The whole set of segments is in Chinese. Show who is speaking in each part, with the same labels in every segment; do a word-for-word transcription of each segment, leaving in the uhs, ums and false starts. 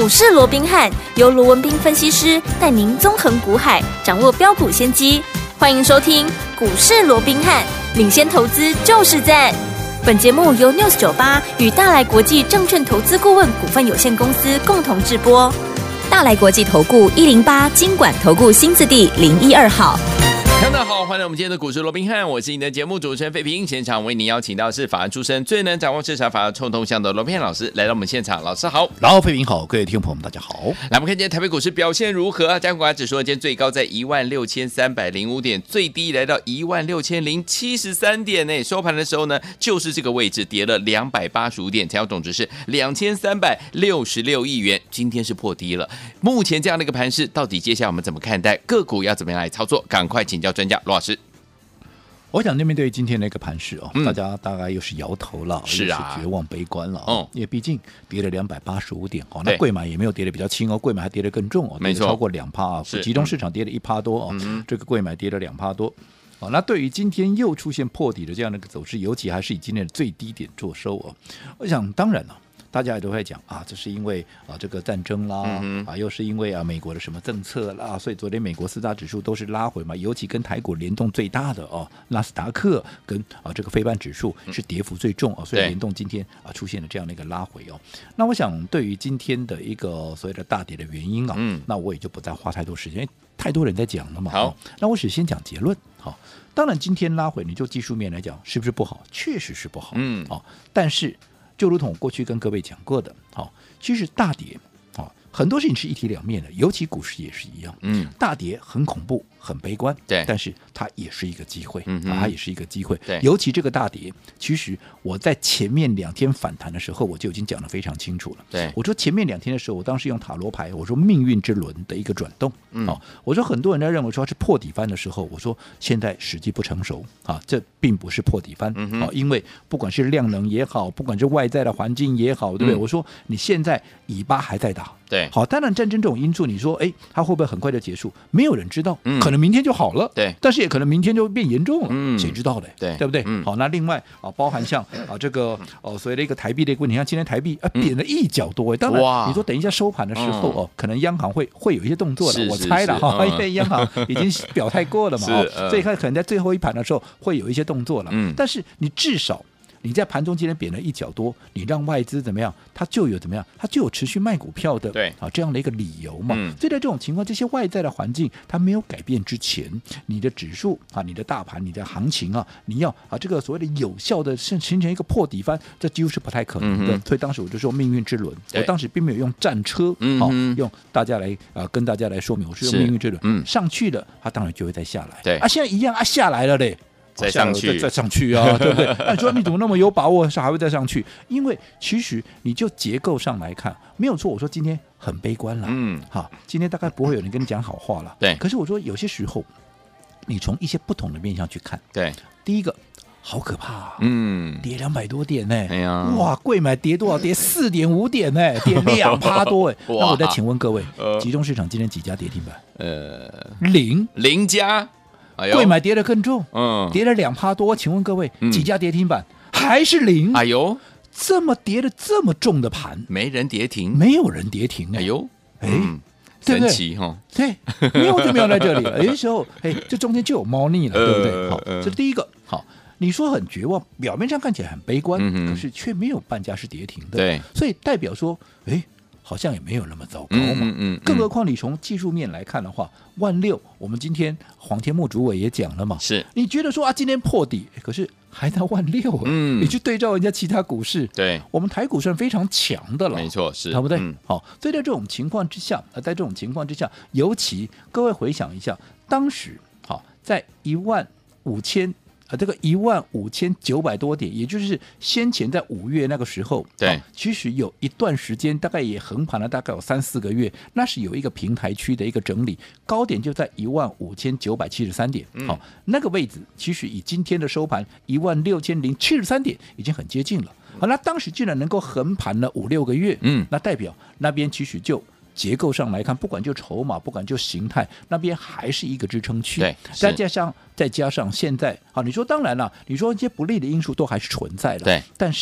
Speaker 1: 股市罗宾汉由罗文彬分析师带您纵横股海，掌握标股先机。欢迎收听股市罗宾汉，领先投资就是赞。本节目由 News 九十八与大来国际证券投资顾问股份有限公司共同制播。大来国际投顾一零八金管投顾新字第零一二号。
Speaker 2: 大家好，欢迎我们今天的股市罗宾汉，我是你的节目主持人费平。现场为您邀请到是法案出身、最能掌握市场法案冲动向的罗宾汉老师来到我们现场。老师好。
Speaker 3: 然后费平好，各位听众朋友们大家好。
Speaker 2: 来，我们看今天台北股市表现如何？加权指数今天最高在一万六千三百零五点，最低来到一万六千零七十三点呢。收盘的时候呢，就是这个位置跌了两百八十五点，成交总值是两千三百六十六亿元。今天是破低了。目前这样的一个盘势，到底接下来我们怎么看待？个股要怎么样来操作？赶快请教专家罗老师。
Speaker 3: 我想，面对今天那个盘势哦、嗯，大家大概又是摇头了，
Speaker 2: 是啊，
Speaker 3: 又是绝望悲观了、
Speaker 2: 哦，
Speaker 3: 因为毕竟跌了两百八十五点哦，那贵买也没有跌得比较轻哦，贵买还跌得更重哦，
Speaker 2: 没错，
Speaker 3: 超过两趴啊，集中市场跌了一趴多哦、嗯，这个贵买跌了两趴多。哦，那对于今天又出现破底的这样的一个走势，尤其还是以今天的最低点做收哦，我想当然了。大家也都会讲啊，这是因为啊这个战争啦、嗯，啊又是因为啊美国的什么政策啦，所以昨天美国四大指数都是拉回嘛，尤其跟台股联动最大的哦，纳斯达克跟啊这个费半指数是跌幅最重啊，所以联动今天啊出现了这样的一个拉回哦。那我想对于今天的一个所谓的大跌的原因啊，嗯，那我也就不再花太多时间，因为太多人在讲了嘛。
Speaker 2: 好，
Speaker 3: 哦、那我只先讲结论。好、哦，当然今天拉回，你就技术面来讲是不是不好？确实是不好。嗯，哦，但是。就如同我过去跟各位讲过的，好，其实大跌，好，很多事情是一体两面的，尤其股市也是一样，嗯，大跌很恐怖，很悲观，
Speaker 2: 对，
Speaker 3: 但是它也是一个机会，
Speaker 2: 嗯、
Speaker 3: 啊，它也是一个机会，
Speaker 2: 对，
Speaker 3: 尤其这个大跌，其实我在前面两天反弹的时候，我就已经讲得非常清楚了，
Speaker 2: 对，
Speaker 3: 我说前面两天的时候，我当时用塔罗牌，我说命运之轮的一个转动，嗯，哦，我说很多人在认为说是破底翻的时候，我说现在时机不成熟啊，这并不是破底翻，嗯、啊，因为不管是量能也好，不管是外在的环境也好，对不对？嗯、我说你现在尾巴还在打。
Speaker 2: 对，
Speaker 3: 好，当然战争这种因素，你说，哎，它会不会很快就结束？没有人知道，嗯、可能明天就好了，
Speaker 2: 对，
Speaker 3: 但是也可能明天就变严重了，
Speaker 2: 嗯，
Speaker 3: 谁知道的，
Speaker 2: 对，
Speaker 3: 对不对？
Speaker 2: 嗯、
Speaker 3: 好，那另外啊，包含像啊这个哦所谓的一个台币的一个问题，像今天台币啊贬了一角多，哎，当然你说等一下收盘的时候、嗯、哦，可能央行会会有一些动作了，我猜了哈，因为央行已经表态过了嘛，哦，呃、所以它可能在最后一盘的时候会有一些动作了，嗯，但是你至少。你在盘中今天贬了一角多，你让外资怎么样？它就有怎么样？它就有持续卖股票的，
Speaker 2: 对
Speaker 3: 啊这样的一个理由嘛。
Speaker 2: 嗯、
Speaker 3: 所以在这种情况，这些外在的环境它没有改变之前，你的指数啊、你的大盘、你的行情啊，你要啊这个所谓的有效的形成一个破底翻，这几乎是不太可能的。嗯、所以当时我就说命运之轮，我当时并没有用战车，好、嗯啊、用大家来啊跟大家来说明，我是用命运之轮，嗯、上去了，它当然就会再下来。
Speaker 2: 对
Speaker 3: 啊，现在一样啊下来了嘞。
Speaker 2: 再上去，
Speaker 3: 再再上去啊，对不对？那你说你怎么那么有把握，是还会再上去？因为其实你就结构上来看，没有错。我说今天很悲观了，嗯，好，今天大概不会有人跟你讲好话了，
Speaker 2: 对。
Speaker 3: 可是我说有些时候，你从一些不同的面向去看，
Speaker 2: 对。
Speaker 3: 第一个，好可怕、啊，
Speaker 2: 嗯，
Speaker 3: 跌两百多点呢、欸，
Speaker 2: 哎呀，
Speaker 3: 哇，贵买跌多少？跌四点五点呢、欸，跌两趴多哎、欸。那我再请问各位，呃、集中市场今天几家跌停板？
Speaker 2: 呃，
Speaker 3: 零
Speaker 2: 零家。
Speaker 3: 贵买跌得更重，
Speaker 2: 嗯，
Speaker 3: 跌了两趴多。请问各位，几家跌停板、嗯、还是零？
Speaker 2: 哎呦，
Speaker 3: 这么跌的这么重的盘，
Speaker 2: 没人跌停，
Speaker 3: 没有人跌停、欸。
Speaker 2: 哎呦，
Speaker 3: 哎、
Speaker 2: 嗯，
Speaker 3: 对不对？
Speaker 2: 神奇哈，
Speaker 3: 对，妙就妙在这里了。有些时候，哎，这中间就有猫腻了，对不对？好，这是第一个。好，你说很绝望，表面上看起来很悲观，嗯、可是却没有半家是跌停的，
Speaker 2: 对，
Speaker 3: 所以代表说，哎。好像也没有那么糟糕嘛，嗯嗯嗯、更何况你从技术面来看的话，万六，我们今天黄天木主委也讲了嘛，
Speaker 2: 是
Speaker 3: 你觉得说啊，今天破底，可是还到万六、啊，嗯，你去对照人家其他股市，
Speaker 2: 对，
Speaker 3: 我们台股算非常强的了，
Speaker 2: 没错，是，
Speaker 3: 对不对？
Speaker 2: 嗯、
Speaker 3: 好，所以在这种情况之下，呃，在这种情况之下，尤其各位回想一下，当时好在一万五千。啊，这个一万五千九百多点，也就是先前在五月那个时候，
Speaker 2: 对、
Speaker 3: 啊，其实有一段时间，大概也横盘了大概有三四个月，那是有一个平台区的一个整理，高点就在一万五千九百七十三点，好、嗯，那个位置其实以今天的收盘一万六千零七十三点已经很接近了，好，那当时竟然能够横盘了五六个月，嗯，那代表那边其实就。结构上来看，不管就筹码，不管就形态，那边还是一个支撑区。
Speaker 2: 对，
Speaker 3: 再加上再加上现在，好，你说当然了，你说一些不利的因素都还是存在的。
Speaker 2: 对，
Speaker 3: 但是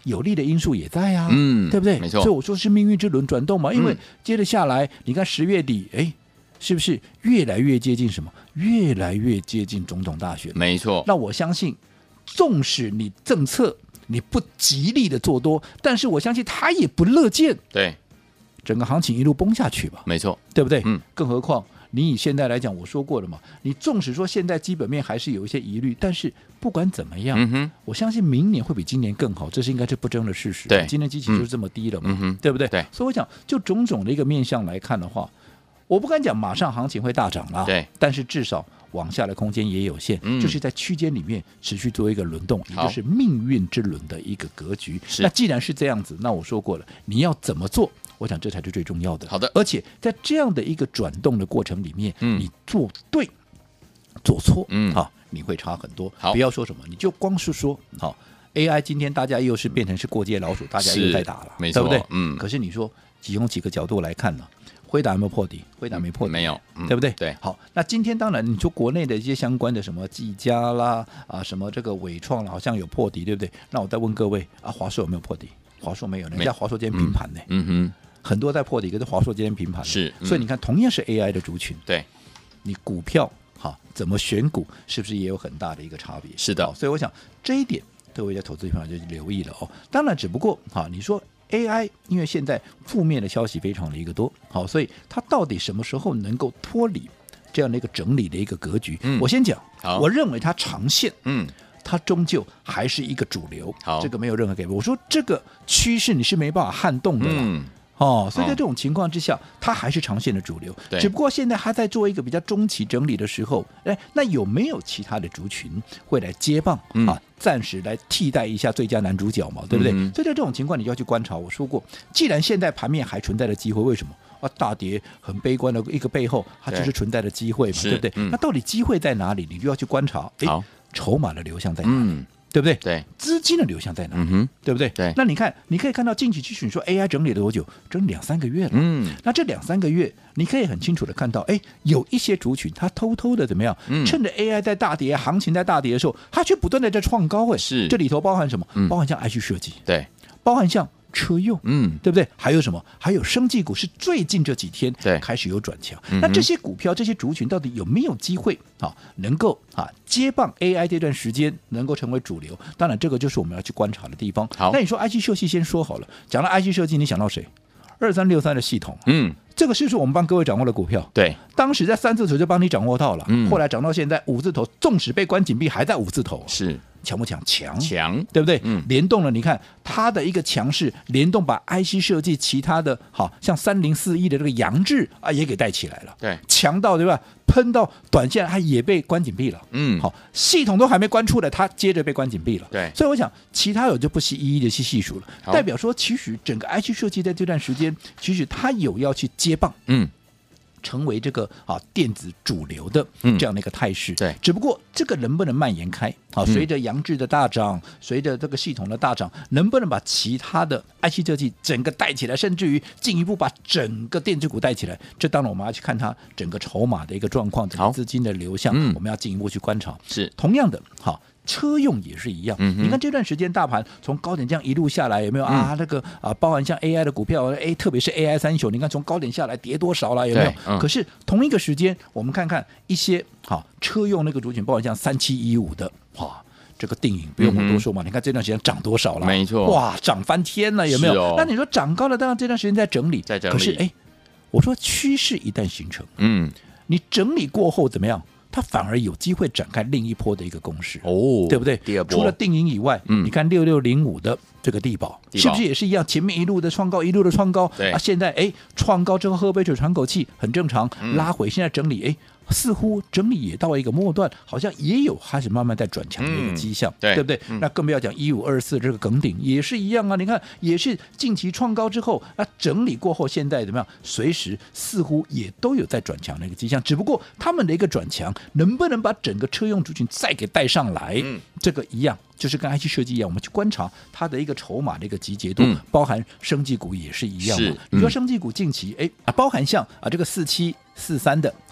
Speaker 3: 有利的因素也在啊，
Speaker 2: 嗯
Speaker 3: 对不对？
Speaker 2: 没错
Speaker 3: 所以我说是命运之轮转动嘛，因为
Speaker 2: 嗯
Speaker 3: 接着下来，你看十月底，哎，是不是越来越接近什么？越来越接近总统大选。
Speaker 2: 没错，
Speaker 3: 那我相信，纵使你政策你不极力的做多，但是我相信他也不乐见
Speaker 2: 对，
Speaker 3: 整个行情一路崩下去吧，
Speaker 2: 没错，
Speaker 3: 对不对？
Speaker 2: 嗯，
Speaker 3: 更何况你以现在来讲，我说过了嘛，你纵使说现在基本面还是有一些疑虑，但是不管怎么样，
Speaker 2: 嗯哼，
Speaker 3: 我相信明年会比今年更好，这是应该是不争的事实。
Speaker 2: 对
Speaker 3: 今年基期就是这么低了嘛，
Speaker 2: 嗯哼
Speaker 3: 对不对？
Speaker 2: 对，
Speaker 3: 所以我讲就种种的一个面向来看的话，我不敢讲马上行情会大涨啦，
Speaker 2: 对，
Speaker 3: 但是至少往下的空间也有限，
Speaker 2: 嗯
Speaker 3: 就是在区间里面持续做一个轮动，也就是命运之轮的一个格局。
Speaker 2: 是
Speaker 3: 那既然是这样子，那我说过了，你要怎么做？我想这才是最重要的。
Speaker 2: 好的，
Speaker 3: 而且在这样的一个转动的过程里面，
Speaker 2: 嗯
Speaker 3: 你做对做错，
Speaker 2: 嗯
Speaker 3: 好，你会差很多。
Speaker 2: 好
Speaker 3: 不要说什么，你就光是说好 A I 今天大家又是变成是过街老鼠，大家又在打了，
Speaker 2: 没错
Speaker 3: 对不对？
Speaker 2: 嗯
Speaker 3: 可是你说，从几个角度来看呢？辉达有没有破底？辉达没破底，
Speaker 2: 没有，嗯
Speaker 3: 对不对？
Speaker 2: 对，
Speaker 3: 好，那今天当然你说国内的一些相关的什么技嘉啦啊，什么这个伟创啦，好像有破底，对不对？那我再问各位啊，华硕有没有破底？华硕没有，人家华硕今天平盘呢，
Speaker 2: 嗯哼，
Speaker 3: 很多在破底，可是华硕今天平盘，
Speaker 2: 是嗯
Speaker 3: 所以你看，同样是 A I 的族群，
Speaker 2: 对，
Speaker 3: 你股票哈怎么选股，是不是也有很大的一个差别？
Speaker 2: 是的
Speaker 3: 好所以我想这一点，各位在投资朋友就留意了哦。当然，只不过哈，你说 A I， 因为现在负面的消息非常的一个多，好，所以它到底什么时候能够脱离这样的一个整理的一个格局？
Speaker 2: 嗯
Speaker 3: 我先讲
Speaker 2: 好，
Speaker 3: 我认为它长线，
Speaker 2: 嗯，
Speaker 3: 它终究还是一个主流，
Speaker 2: 好
Speaker 3: 这个没有任何改变。我说这个趋势你是没办法撼动的啦。
Speaker 2: 嗯，
Speaker 3: 哦，所以在这种情况之下，它还是长线的主流。
Speaker 2: 对
Speaker 3: 只不过现在它在做一个比较中期整理的时候，哎，那有没有其他的族群会来接棒、
Speaker 2: 嗯
Speaker 3: 啊？暂时来替代一下最佳男主角嘛，对不对？
Speaker 2: 嗯
Speaker 3: 所以在这种情况，你就要去观察。我说过，既然现在盘面还存在的机会，为什么？啊，大跌很悲观的一个背后，它就是存在的机会嘛，
Speaker 2: 是
Speaker 3: 对不对？
Speaker 2: 嗯
Speaker 3: 那到底机会在哪里？你就要去观察。哎
Speaker 2: 好，
Speaker 3: 筹码的流向在哪里？
Speaker 2: 嗯，
Speaker 3: 对不对？
Speaker 2: 对，
Speaker 3: 资金的流向在哪里？
Speaker 2: 嗯哼，
Speaker 3: 对不对？
Speaker 2: 对
Speaker 3: 那你看，你可以看到近期期许说 A I 整理了多久？整理两三个月了。
Speaker 2: 嗯，
Speaker 3: 那这两三个月，你可以很清楚的看到，哎，有一些族群它偷偷的怎么样？
Speaker 2: 嗯
Speaker 3: 趁着 A I 在大跌、行情在大跌的时候，它却不断的在创高。哎，
Speaker 2: 是
Speaker 3: 这里头包含什么？
Speaker 2: 嗯
Speaker 3: 包含像 I C 设计，
Speaker 2: 对，
Speaker 3: 包含像车用。
Speaker 2: 嗯，
Speaker 3: 对不对？还有什么？还有生技股是最近这几天
Speaker 2: 对
Speaker 3: 开始有转强。
Speaker 2: 嗯哼
Speaker 3: 那这些股票、这些族群到底有没有机会啊，能够啊接棒 A I 这段时间能够成为主流？当然，这个就是我们要去观察的地方。
Speaker 2: 好
Speaker 3: 那你说 I C 设计先说好了，讲到 I C 设计，你想到谁？二三六三的系统，
Speaker 2: 嗯，
Speaker 3: 这个是不是我们帮各位掌握的股票？
Speaker 2: 对，
Speaker 3: 当时在三字头就帮你掌握到了，
Speaker 2: 嗯
Speaker 3: 后来涨到现在五字头，纵使被关紧闭，还在五字头，
Speaker 2: 是
Speaker 3: 强不强？强，
Speaker 2: 强，
Speaker 3: 对不对？
Speaker 2: 嗯
Speaker 3: 联动了，你看它的一个强势联动，把 I C 设计其他的，好像三零四一的这个扬智啊，也给带起来了，
Speaker 2: 对，
Speaker 3: 强到对吧？喷到短线，它也被关紧闭了。
Speaker 2: 嗯，
Speaker 3: 好，系统都还没关出来，它接着被关紧闭了。
Speaker 2: 对
Speaker 3: 所以我想其他有就不细一一的去细数了，
Speaker 2: 好
Speaker 3: 代表说其实整个 I C 设计在这段时间，其实它有要去接棒。
Speaker 2: 嗯，
Speaker 3: 成为这个啊电子主流的
Speaker 2: 嗯
Speaker 3: 这样的一个态势，
Speaker 2: 对
Speaker 3: 只不过这个能不能蔓延开？啊，
Speaker 2: 嗯
Speaker 3: 随着扬智的大涨，随着这个系统的大涨，能不能把其他的 I C 设计整个带起来，甚至于进一步把整个电子股带起来？这当然我们要去看它整个筹码的一个状况，整个
Speaker 2: 好
Speaker 3: 资金的流向，
Speaker 2: 嗯
Speaker 3: 我们要进一步去观察。
Speaker 2: 是，
Speaker 3: 同样的，好。车用也是一样，
Speaker 2: 嗯哼
Speaker 3: 你看这段时间大盘从高点这样一路下来，有没有、
Speaker 2: 嗯
Speaker 3: 啊？那个啊，包含像 A I 的股票，哎，特别是 A I 三雄，你看从高点下来跌多少了，有没有
Speaker 2: 对？嗯
Speaker 3: 可是同一个时间，我们看看一些好车用那个族群，包含像三七一五的，哇。这个定影不用我多说嘛，你看这段时间涨多少了？
Speaker 2: 没错
Speaker 3: 哇，涨翻天了，有没有？
Speaker 2: 是哦
Speaker 3: 那你说涨高了，当然这段时间在整理，
Speaker 2: 在整理
Speaker 3: 可是哎，我说趋势一旦形成，
Speaker 2: 嗯，
Speaker 3: 你整理过后怎么样？它反而有机会展开另一波的一个攻势，
Speaker 2: 哦，
Speaker 3: 对不对？
Speaker 2: 第二波
Speaker 3: 除了定影以外，
Speaker 2: 嗯
Speaker 3: 你看六六零五的这个地保，
Speaker 2: 地保
Speaker 3: 是不是也是一样？前面一路的创高，一路的创高，
Speaker 2: 对
Speaker 3: 啊，现在哎创高之后喝杯水喘口气，很正常，
Speaker 2: 嗯
Speaker 3: 拉回，现在整理，哎。似乎整理也到一个末段，好像也有开始慢慢在转强的一个迹象，
Speaker 2: 嗯对
Speaker 3: 对不对？
Speaker 2: 嗯
Speaker 3: 那更不要讲一五二四这个耿鼎也是一样啊，你看也是近期创高之后，那整理过后，现在怎么样？随时似乎也都有在转强的一个迹象，只不过他们的一个转强能不能把整个车用族群再给带上来，
Speaker 2: 嗯
Speaker 3: 这个一样。就是跟 I C 设计一样，我们去观察它的一个筹码的一个集结度，
Speaker 2: 嗯
Speaker 3: 包含生技股也是一样嘛
Speaker 2: 是。
Speaker 3: 你说
Speaker 2: 嗯
Speaker 3: 生技股近期，哎啊，包含像啊这个四七四三的，好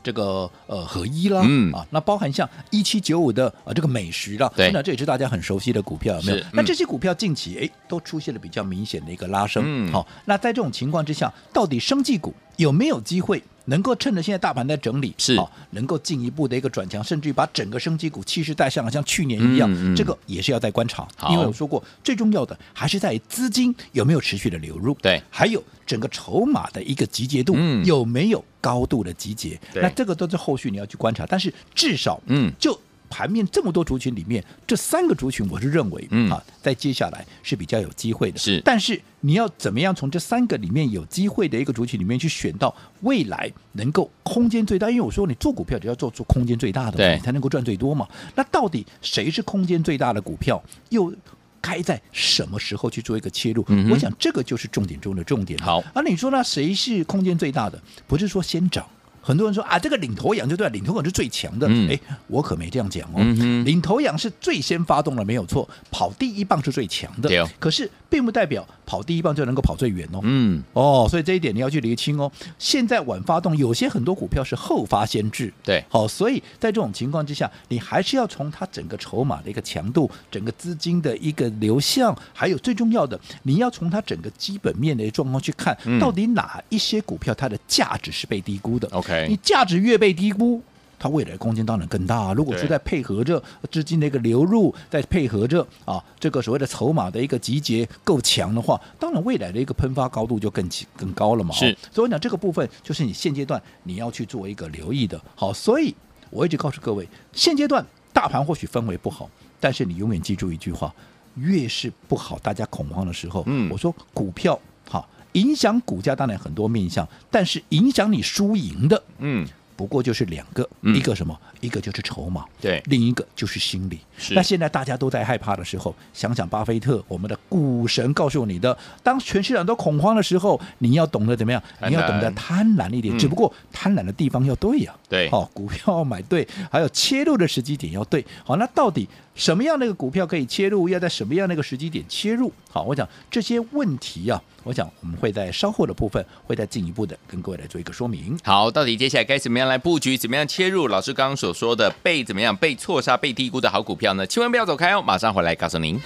Speaker 3: 这个呃合一啦，
Speaker 2: 嗯
Speaker 3: 啊，那包含像一七九五的呃这个美食啦，
Speaker 2: 对
Speaker 3: 那这也是大家很熟悉的股票，有没有
Speaker 2: 是？
Speaker 3: 那
Speaker 2: 嗯
Speaker 3: 这些股票近期哎都出现了比较明显的一个拉升，
Speaker 2: 嗯
Speaker 3: 好、那在这种情况之下，到底生技股有没有机会？能够趁着现在大盘在整理，
Speaker 2: 是
Speaker 3: 好、能够进一步的一个转强，甚至于把整个生技股气势带上，像去年一样，
Speaker 2: 嗯嗯
Speaker 3: 这个也是要再观察。
Speaker 2: 好
Speaker 3: 因为我说过，最重要的还是在于资金有没有持续的流入，
Speaker 2: 对，
Speaker 3: 还有整个筹码的一个集结度、
Speaker 2: 嗯
Speaker 3: 有没有高度的集结，
Speaker 2: 对
Speaker 3: 那这个都是后续你要去观察。但是至少，
Speaker 2: 嗯
Speaker 3: 就盘面这么多族群里面，这三个族群，我是认为、
Speaker 2: 嗯
Speaker 3: 啊，在接下来是比较有机会的。
Speaker 2: 是
Speaker 3: 但是你要怎么样从这三个里面有机会的一个族群里面去选到未来能够空间最大？因为我说你做股票只要做出空间最大的，
Speaker 2: 对
Speaker 3: 你才能够赚最多嘛。那到底谁是空间最大的股票？又该在什么时候去做一个切入？
Speaker 2: 嗯哼
Speaker 3: 我想这个就是重点中的重点。
Speaker 2: 好，
Speaker 3: 而、啊、你说那谁是空间最大的？不是说先涨。很多人说啊，这个领头羊就对了，领头羊是最强的。
Speaker 2: 嗯
Speaker 3: 哎，我可没这样讲哦。
Speaker 2: 嗯哼
Speaker 3: 领头羊是最先发动的，没有错，跑第一棒是最强的。
Speaker 2: 对哦
Speaker 3: 可是并不代表跑第一棒就能够跑最远哦。
Speaker 2: 嗯，
Speaker 3: 哦，所以这一点你要去厘清哦。现在晚发动，有些很多股票是后发先至。
Speaker 2: 对，
Speaker 3: 好、所以在这种情况之下，你还是要从它整个筹码的一个强度、整个资金的一个流向，还有最重要的，你要从它整个基本面的状况去看，
Speaker 2: 嗯
Speaker 3: 到底哪一些股票它的价值是被低估的。
Speaker 2: OK
Speaker 3: 你价值越被低估，它未来的空间当然更大、啊。如果是
Speaker 2: 对
Speaker 3: 在配合着资金的一个流入，再配合着啊这个所谓的筹码的一个集结够强的话，当然未来的一个喷发高度就更更高了嘛。
Speaker 2: 是
Speaker 3: 哦所以我讲这个部分就是你现阶段你要去做一个留意的。好，所以我一直告诉各位，现阶段大盘或许氛围不好，但是你永远记住一句话：越是不好，大家恐慌的时候，
Speaker 2: 嗯
Speaker 3: 我说股票好。影响股价当然很多面向，但是影响你输赢的，
Speaker 2: 嗯，
Speaker 3: 不过就是两个，
Speaker 2: 嗯
Speaker 3: 一个什么？一个就是筹码，
Speaker 2: 对
Speaker 3: 另一个就是心理。
Speaker 2: 是
Speaker 3: 那现在大家都在害怕的时候，想想巴菲特，我们的股神告诉你的，当全市场都恐慌的时候，你要懂得怎么样？
Speaker 2: 贪婪
Speaker 3: 你要懂得贪婪一点，
Speaker 2: 嗯
Speaker 3: 只不过贪婪的地方要对呀、
Speaker 2: 对
Speaker 3: 好、股票要买对，还有切入的时机点要对。好，那到底什么样的一个股票可以切入？要在什么样的一个时机点切入？好，我讲这些问题啊，我想我们会在稍后的部分会再进一步的跟各位来做一个说明。
Speaker 2: 好，到底接下来该怎么样来布局，怎么样切入？老师刚刚所说的被怎么样被错杀、被低估的好股票呢？千万不要走开哦，马上回来告诉您。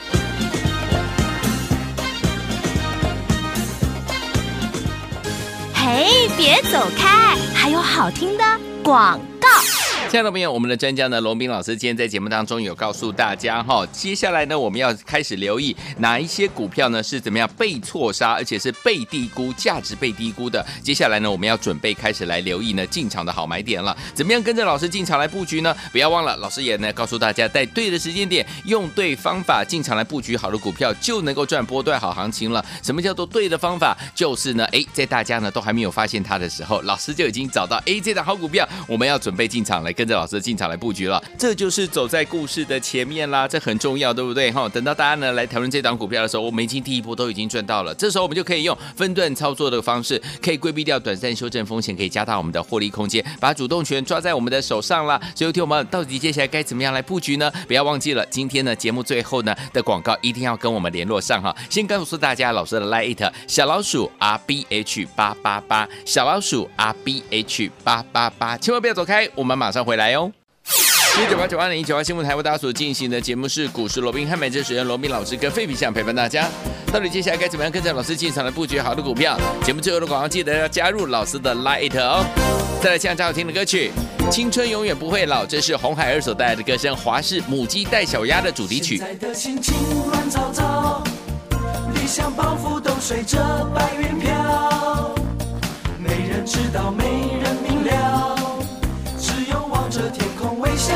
Speaker 1: 嘿，别走开，还有好听的广告。
Speaker 2: 亲爱的朋友，我们的专家呢，罗宾老师今天在节目当中有告诉大家哈，接下来呢，我们要开始留意哪一些股票呢是怎么样被错杀，而且是被低估，价值被低估的。接下来呢，我们要准备开始来留意呢进场的好买点了。怎么样跟着老师进场来布局呢？不要忘了，老师也呢告诉大家，在对的时间点，用对方法进场来布局好的股票，就能够赚波段好行情了。什么叫做对的方法？就是呢，哎，在大家呢都还没有发现它的时候，老师就已经找到，哎，这档好股票，我们要准备进场来跟着老师进场来布局了。这就是走在故事的前面啦，这很重要，对不对？哈，等到大家呢来讨论这档股票的时候，我们已经第一波都已经赚到了，这时候我们就可以用分段操作的方式，可以规避掉短暂修正风险，可以加大我们的获利空间，把主动权抓在我们的手上啦。所以，听我们到底接下来该怎么样来布局呢？不要忘记了，今天呢节目最后呢的广告一定要跟我们联络上哈。先告诉大家，老师的 Line 小老鼠 R B H 八八八，小老鼠 R B H 八八八，千万不要走开，我们马上回来哦。一九八九二零一九八新闻台为大家所进行的节目是股市罗宾汉美这时间罗宾老师跟费皮相陪伴大家。到底接下来该怎么样跟着老师进场来布局好的股票？节目最后的广告记得要加入老师的 Line 哦。再来唱这好听的歌曲《青春永远不会老》，这是红孩儿所带来的歌声，华视母鸡带小鸭的主题曲。
Speaker 4: 现在的心情乱糟糟，理想抱负都随着白云飘，没人知道，没人明了，只有望着天空微笑。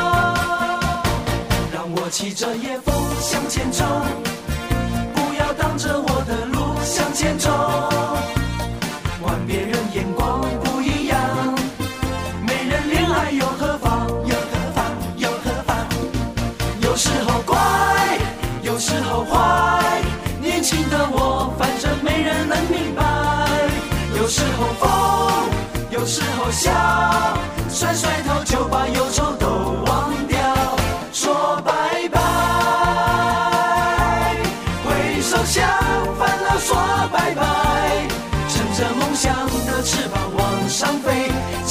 Speaker 4: 让我骑着野风向前冲，不要挡着我的路向前冲。管别人眼光不一样，没人恋爱又何妨？又何妨？又何妨？有时候乖，有时候坏，年轻的我反正没人能明白。有时候疯，有时候笑，甩甩头就把忧愁都忘掉，说拜拜。挥手向烦恼说拜拜，乘着梦想的翅膀往上飞，青春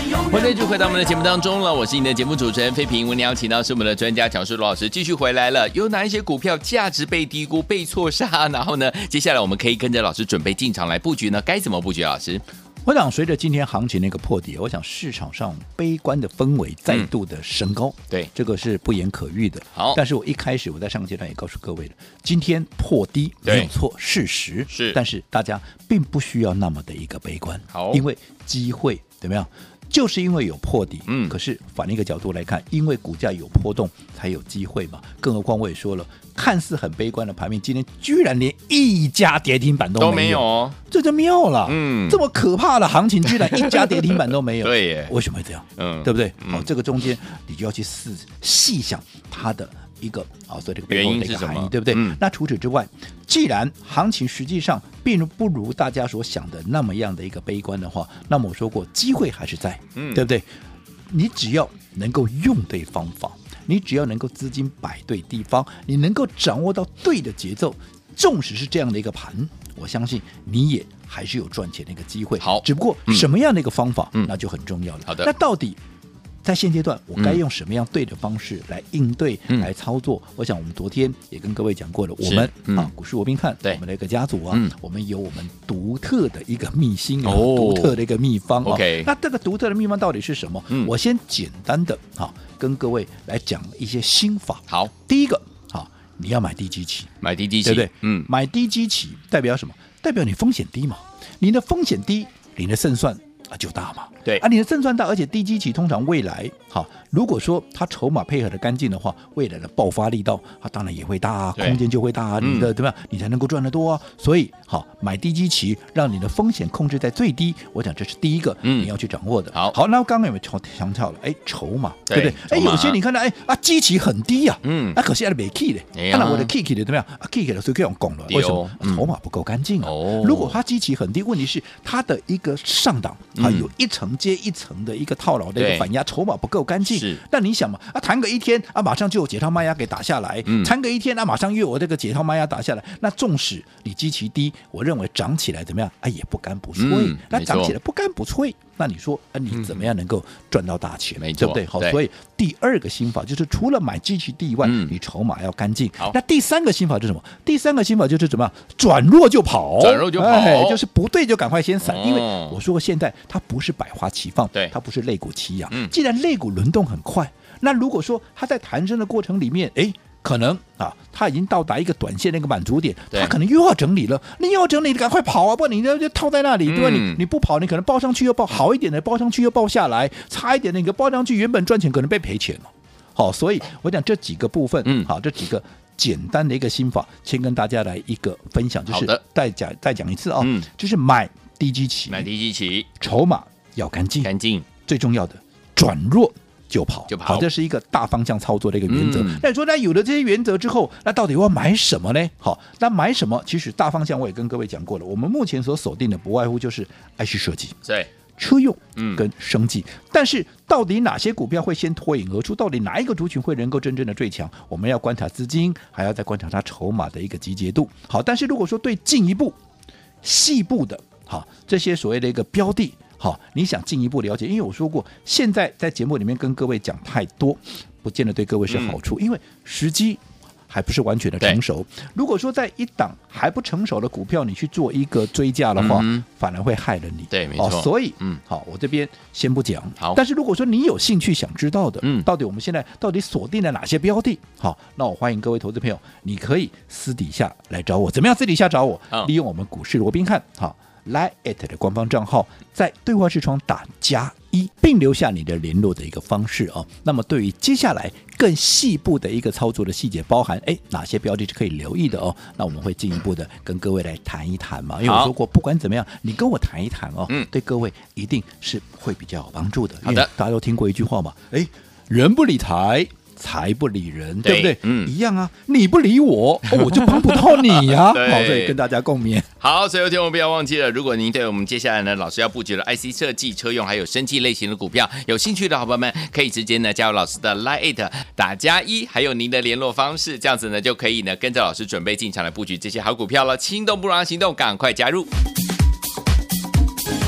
Speaker 4: 永远
Speaker 2: 欢迎继续回到我们的节目当中了，我是你的节目主持人飞平。为您邀请到是我们的专家讲师罗老师继续回来了。有哪一些股票价值被低估、被错杀？然后呢，接下来我们可以跟着老师准备进场来布局呢？该怎么布局？老师？
Speaker 3: 我想随着今天行情那个破底，我想市场上悲观的氛围再度的升高，
Speaker 2: 嗯、对，
Speaker 3: 这个是不言可喻的。
Speaker 2: 好，
Speaker 3: 但是我一开始我在上个阶段也告诉各位了，今天破低没有错，事实
Speaker 2: 是，
Speaker 3: 但是大家并不需要那么的一个悲观，
Speaker 2: 好，
Speaker 3: 因为机会怎么样？就是因为有破底，
Speaker 2: 嗯，
Speaker 3: 可是反一个角度来看，因为股价有波动才有机会嘛。更何况我也说了，看似很悲观的盘面，今天居然连一家跌停板都没有，
Speaker 2: 都没有哦，
Speaker 3: 这就妙了。
Speaker 2: 嗯，
Speaker 3: 这么可怕的行情，居然一家跌停板都没有，
Speaker 2: 对耶，
Speaker 3: 为什么会这样？
Speaker 2: 嗯，
Speaker 3: 对不对？
Speaker 2: 嗯、
Speaker 3: 好，这个中间你就要去细细想它的一个啊，所以这个背后的一个含义，对不对？
Speaker 2: 嗯、
Speaker 3: 那除此之外，既然行情实际上并不如大家所想的那么样的一个悲观的话，那么我说过，机会还是在，
Speaker 2: 嗯、
Speaker 3: 对不对？你只要能够用对方法，你只要能够资金摆对地方，你能够掌握到对的节奏，纵使是这样的一个盘，我相信你也还是有赚钱的一个机会。
Speaker 2: 好，
Speaker 3: 只不过什么样的一个方法，
Speaker 2: 嗯、
Speaker 3: 那就很重要了。
Speaker 2: 好的，
Speaker 3: 那到底在现阶段，我该用什么样对的方式来应对、嗯、来操作？我想我们昨天也跟各位讲过了，我们、嗯、啊股市罗宾汉，我们的一个家族啊、嗯，我们有我们独特的一个秘辛啊，哦、独特的一个秘方啊。
Speaker 2: OK，
Speaker 3: 那这个独特的秘方到底是什么？嗯、我先简单的啊跟各位来讲一些心法。
Speaker 2: 好，
Speaker 3: 第一个啊，你要买低基期，
Speaker 2: 买低基期，
Speaker 3: 对不对？
Speaker 2: 嗯，
Speaker 3: 买低基期代表什么？代表你风险低嘛，你的风险低，你的胜算啊就大嘛。
Speaker 2: 对
Speaker 3: 啊，你的胜算大，而且低基期通常未来哈，如果说它筹码配合的干净的话，未来的爆发力道它当然也会大啊，空间就会大啊，你的、嗯、对吧？你才能够赚得多啊。所以好，买低基期，让你的风险控制在最低，我想这是第一个、嗯、你要去掌握的。
Speaker 2: 好，
Speaker 3: 好，那刚刚有没有强调了？哎，筹码对不对？哎，有些你看到哎啊基期很低呀、啊，嗯，啊可惜还没 key 的，当然我的 key key 的怎么样啊 key key 的所以可以用拱了，为什么？嗯、筹码不够干净啊。哦，如果它基期很低，问题是它的一个上档啊、嗯、有一层接一层的一个套牢的一个反压，筹码不够干净。是，那你想嘛啊，弹个一天啊，马上就有解套卖压给打下来；嗯、弹个一天啊，马上又有这个解套卖压打下来。那纵使你基期低，我认为涨起来怎么样啊，也不干不脆。嗯、那涨起来不干不脆，那你说啊，你怎么样能够赚到大钱？
Speaker 2: 没错，
Speaker 3: 对不对？好，所以第二个心法就是除了买基期低以外，嗯、你筹码要干净。那第三个心法是什么？第三个心法就是怎么样？转弱就跑，
Speaker 2: 转弱就跑，
Speaker 3: 哎，就是不对就赶快先闪，
Speaker 2: 哦、
Speaker 3: 因为我说过，现在它不是百花齐放，
Speaker 2: 对，
Speaker 3: 它不是肋骨齐扬。
Speaker 2: 嗯、
Speaker 3: 既然肋骨轮动很快，那如果说它在弹升的过程里面，哎。可能啊，它已经到达一个短线的一个满足点，它可能又要整理了。你又要整理，你赶快跑啊！不然你就套在那里，对吧？嗯、你你不跑，你可能报上去又报好一点的，报上去又报下来，差一点的你报上去原本赚钱可能被赔钱了。好，所以我讲这几个部分，嗯，好，这几个简单的一个心法，先跟大家来一个分享，就是再讲再讲一次啊、哦，嗯、就是买低基期，
Speaker 2: 买低基期，
Speaker 3: 筹码要干净，
Speaker 2: 干净，
Speaker 3: 最重要的转弱。就跑，
Speaker 2: 就跑，
Speaker 3: 好，这是一个大方向操作的一个原则。嗯、那你说，那有了这些原则之后，那到底要买什么呢？好，那买什么？其实大方向我也跟各位讲过了，我们目前所锁定的不外乎就是 I C 设计，
Speaker 2: 对，
Speaker 3: 车用跟生技。嗯、但是到底哪些股票会先脱颖而出？到底哪一个族群会能够真正的最强？我们要观察资金，还要再观察它筹码的一个集结度。好，但是如果说对进一步细部的，好，这些所谓的一个标的。好，你想进一步了解？因为我说过，现在在节目里面跟各位讲太多，不见得对各位是好处，嗯、因为时机还不是完全的成熟。如果说在一档还不成熟的股票，你去做一个追价的话，嗯、反而会害了你。
Speaker 2: 对，没错。
Speaker 3: 哦、所以，嗯，好，我这边先不讲。好，但是如果说你有兴趣想知道的，嗯，到底我们现在到底锁定了哪些标的？好，那我欢迎各位投资朋友，你可以私底下来找我。怎么样？私底下找我？嗯、利用我们股市罗宾汉，好。Line at 的官方账号，在对话视窗打加一，并留下你的联络的一个方式哦。那么对于接下来更细部的一个操作的细节，包含哎哪些标的是可以留意的哦，那我们会进一步的跟各位来谈一谈嘛。因为我说过，不管怎么样，你跟我谈一谈哦，嗯，对各位一定是会比较有帮助的。
Speaker 2: 好的，
Speaker 3: 大家都听过一句话嘛，哎，人不理财。财不理人，对不对？嗯，一样啊。你不理我，哦、我就帮不到你呀、啊。好，所以跟大家共勉。
Speaker 2: 好，所以有天我们不要忘记了，如果您对我们接下来呢，老师要布局的 I C 设计、车用还有生技类型的股票有兴趣的好朋友们，可以直接呢加入老师的 Line 打加一，还有您的联络方式，这样子呢就可以呢跟着老师准备进场来布局这些好股票了。心动不如行动，赶快加入！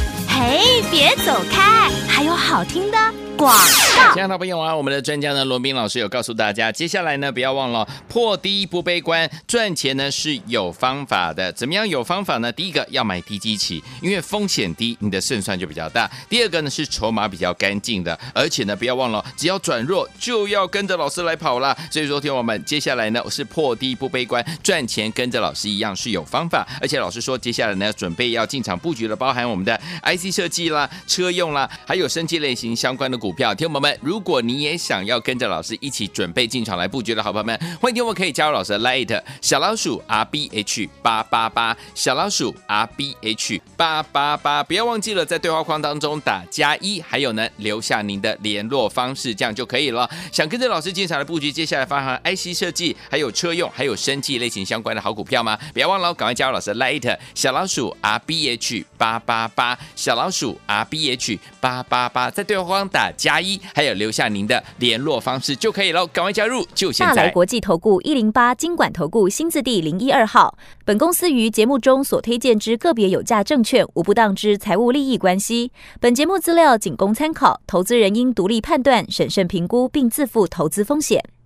Speaker 1: 嘿，别走开，还有好听的广告。
Speaker 2: 亲爱的朋友啊，我们的专家呢，罗宾老师有告诉大家，接下来呢，不要忘了破低不悲观，赚钱呢是有方法的。怎么样有方法呢？第一个要买低基期，因为风险低，你的胜算就比较大。第二个呢是筹码比较干净的，而且呢不要忘了，只要转弱就要跟着老师来跑啦。所以说，听众朋友们，接下来呢是破低不悲观，赚钱跟着老师一样是有方法。而且老师说，接下来呢准备要进场布局了，包含我们的 I C 设计啦、车用啦，还有生技类型相关的股票。听众朋友们，如果你也想要跟着老师一起准备进场来布局的好朋友们，欢迎听我们可以加入老师的 Lite 小老鼠 R B H 八八八，小老鼠 R B H 八八八，不要忘记了在对话框当中打加一，还有呢留下您的联络方式，这样就可以了。想跟着老师进场来布局接下来包含 I C 设计、还有车用、还有生技类型相关的好股票吗？不要忘了，赶快加入老师的 Lite 小老鼠 R B H 八八八，小老鼠 R B H 八八八，在对话框打加一。还有留下您的联络方式就可以了，赶快加入，就现在。
Speaker 1: 大来国际投顾一零八金管投顾新字第零一二号。本公司于节目中所推荐之个别有价证券，无不当之财务利益关系。本节目资料仅供参考，投资人应独立判断、审慎评估，并自负投资风险。